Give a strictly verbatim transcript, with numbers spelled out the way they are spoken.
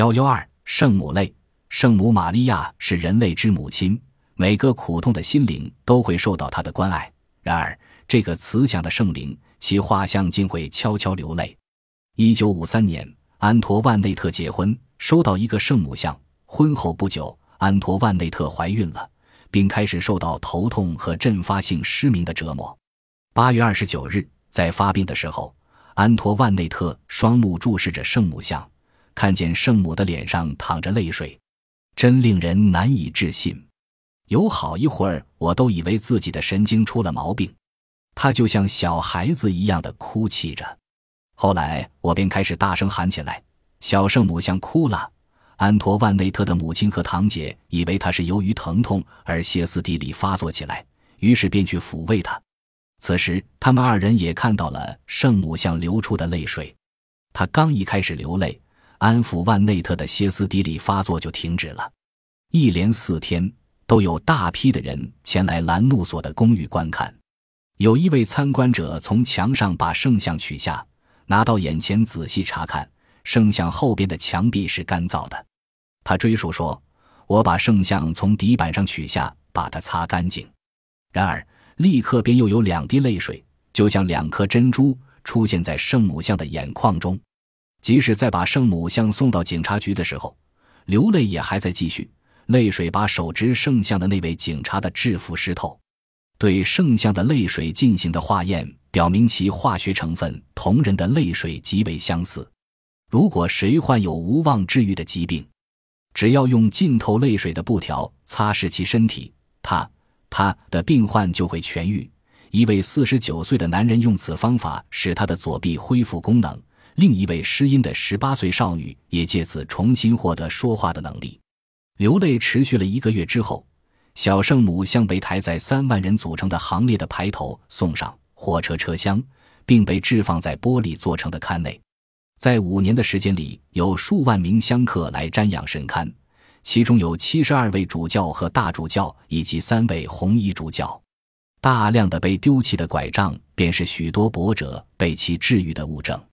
一一二圣母类。圣母玛利亚是人类之母亲，每个苦痛的心灵都会受到她的关爱。然而这个慈祥的圣灵，其画像竟会悄悄流泪。一九五三年，安托万内特结婚，收到一个圣母像。婚后不久，安托万内特怀孕了，并开始受到头痛和阵发性失明的折磨。八月二十九日，在发病的时候，安托万内特双目注视着圣母像，看见圣母的脸上淌着泪水，真令人难以置信。有好一会儿，我都以为自己的神经出了毛病，她就像小孩子一样的哭泣着。后来我便开始大声喊起来，小圣母像哭了。安托万内特的母亲和堂姐以为她是由于疼痛而歇斯底里发作起来，于是便去抚慰她。此时他们二人也看到了圣母像流出的泪水，她刚一开始流泪，安抚万内特的歇斯底里发作就停止了。一连四天都有大批的人前来兰努索的公寓观看。有一位参观者从墙上把圣像取下，拿到眼前仔细查看，圣像后边的墙壁是干燥的。他追述说，我把圣像从底板上取下，把它擦干净。然而立刻便又有两滴泪水，就像两颗珍珠出现在圣母像的眼眶中。即使在把圣母像送到警察局的时候，流泪也还在继续，泪水把手执圣像的那位警察的制服湿透。对圣像的泪水进行的化验表明，其化学成分同人的泪水极为相似。如果谁患有无望治愈的疾病，只要用浸透泪水的布条擦拭其身体，他他的病患就会痊愈。一位四十九岁的男人用此方法使他的左臂恢复功能，另一位失音的十八岁少女也借此重新获得说话的能力。流泪持续了一个月之后，小圣母像被抬在三万人组成的行列的排头送上火车车厢，并被置放在玻璃做成的龛内。在五年的时间里，有数万名香客来瞻仰神龛，其中有七十二位主教和大主教以及三位红衣主教。大量的被丢弃的拐杖便是许多跛者被其治愈的物证。